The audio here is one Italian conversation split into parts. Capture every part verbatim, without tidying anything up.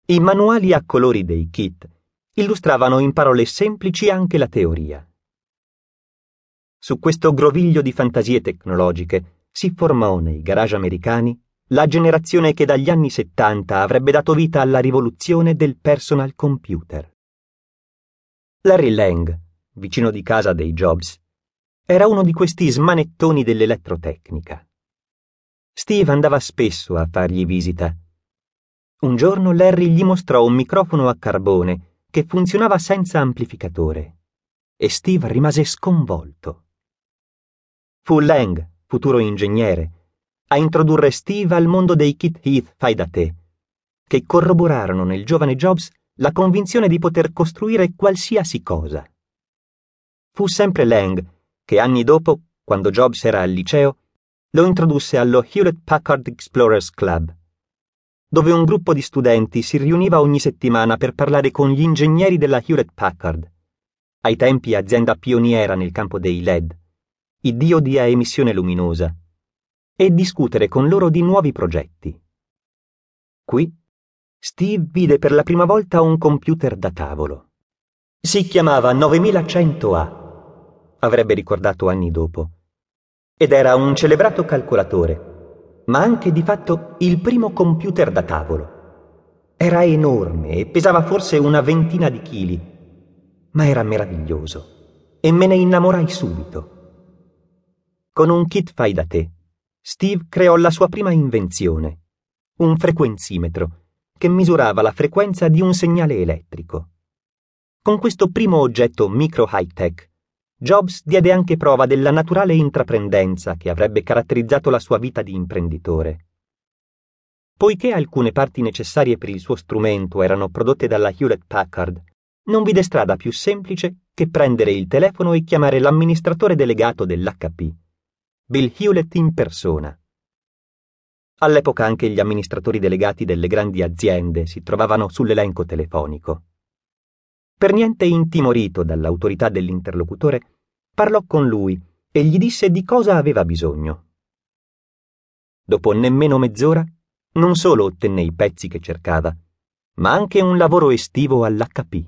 I manuali a colori dei kit illustravano in parole semplici anche la teoria. Su questo groviglio di fantasie tecnologiche si formò nei garage americani la generazione che dagli anni settanta avrebbe dato vita alla rivoluzione del personal computer. Larry Lang, vicino di casa dei Jobs, era uno di questi smanettoni dell'elettrotecnica. Steve andava spesso a fargli visita. Un giorno Larry gli mostrò un microfono a carbone che funzionava senza amplificatore e Steve rimase sconvolto. Fu Lang, futuro ingegnere, a introdurre Steve al mondo dei kit Heath fai da te, che corroborarono nel giovane Jobs la convinzione di poter costruire qualsiasi cosa. Fu sempre Lang che anni dopo, quando Jobs era al liceo, lo introdusse allo Hewlett Packard Explorers Club, dove un gruppo di studenti si riuniva ogni settimana per parlare con gli ingegneri della Hewlett Packard, ai tempi azienda pioniera nel campo dei L E D, i diodi a emissione luminosa, e discutere con loro di nuovi progetti. Qui Steve vide per la prima volta un computer da tavolo. Si chiamava novemilacento A, avrebbe ricordato anni dopo, ed era un celebrato calcolatore, ma anche di fatto il primo computer da tavolo. Era enorme e pesava forse una ventina di chili, ma era meraviglioso e me ne innamorai subito. Con un kit fai da te, Steve creò la sua prima invenzione, un frequenzimetro che misurava la frequenza di un segnale elettrico. Con questo primo oggetto micro high-tech, Jobs diede anche prova della naturale intraprendenza che avrebbe caratterizzato la sua vita di imprenditore. Poiché alcune parti necessarie per il suo strumento erano prodotte dalla Hewlett Packard, non vide strada più semplice che prendere il telefono e chiamare l'amministratore delegato dell'H P, Bill Hewlett in persona. All'epoca anche gli amministratori delegati delle grandi aziende si trovavano sull'elenco telefonico. Per niente intimorito dall'autorità dell'interlocutore, parlò con lui e gli disse di cosa aveva bisogno. Dopo nemmeno mezz'ora, non solo ottenne i pezzi che cercava, ma anche un lavoro estivo all'H P.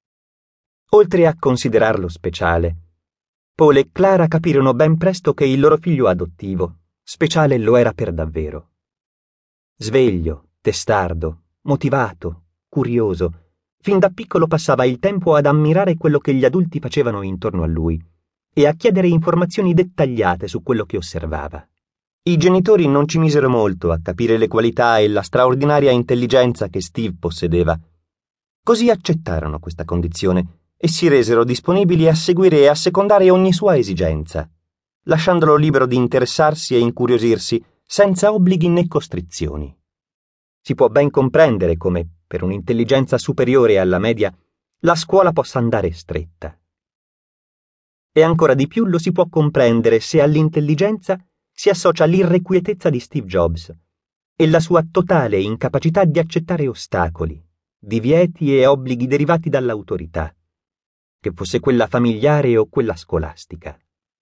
Oltre a considerarlo speciale, Paul e Clara capirono ben presto che il loro figlio adottivo speciale lo era per davvero. Sveglio, testardo, motivato, curioso, fin da piccolo passava il tempo ad ammirare quello che gli adulti facevano intorno a lui e a chiedere informazioni dettagliate su quello che osservava. I genitori non ci misero molto a capire le qualità e la straordinaria intelligenza che Steve possedeva. Così accettarono questa condizione e si resero disponibili a seguire e a secondare ogni sua esigenza, lasciandolo libero di interessarsi e incuriosirsi senza obblighi né costrizioni. Si può ben comprendere come, per un'intelligenza superiore alla media, la scuola possa andare stretta. E ancora di più lo si può comprendere se all'intelligenza si associa l'irrequietezza di Steve Jobs e la sua totale incapacità di accettare ostacoli, divieti e obblighi derivati dall'autorità, che fosse quella familiare o quella scolastica.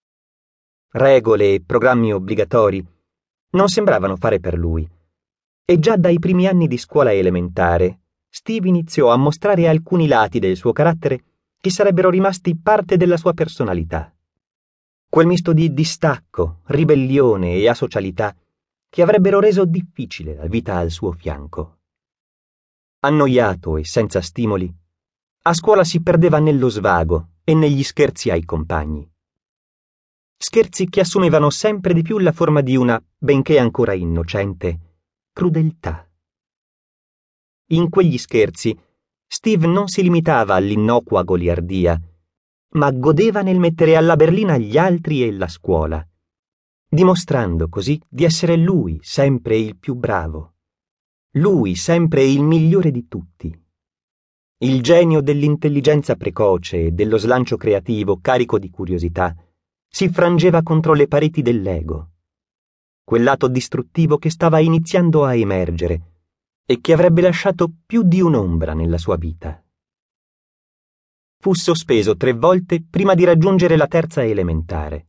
Regole e programmi obbligatori non sembravano fare per lui, e già dai primi anni di scuola elementare Steve iniziò a mostrare alcuni lati del suo carattere che sarebbero rimasti parte della sua personalità. Quel misto di distacco, ribellione e asocialità che avrebbero reso difficile la vita al suo fianco. Annoiato e senza stimoli, a scuola si perdeva nello svago e negli scherzi ai compagni. Scherzi che assumevano sempre di più la forma di una, benché ancora innocente, crudeltà. In quegli scherzi, Steve non si limitava all'innocua goliardia, ma godeva nel mettere alla berlina gli altri e la scuola, dimostrando così di essere lui sempre il più bravo, lui sempre il migliore di tutti. Il genio dell'intelligenza precoce e dello slancio creativo carico di curiosità si frangeva contro le pareti dell'ego, quel lato distruttivo che stava iniziando a emergere e che avrebbe lasciato più di un'ombra nella sua vita. Fu sospeso tre volte prima di raggiungere la terza elementare.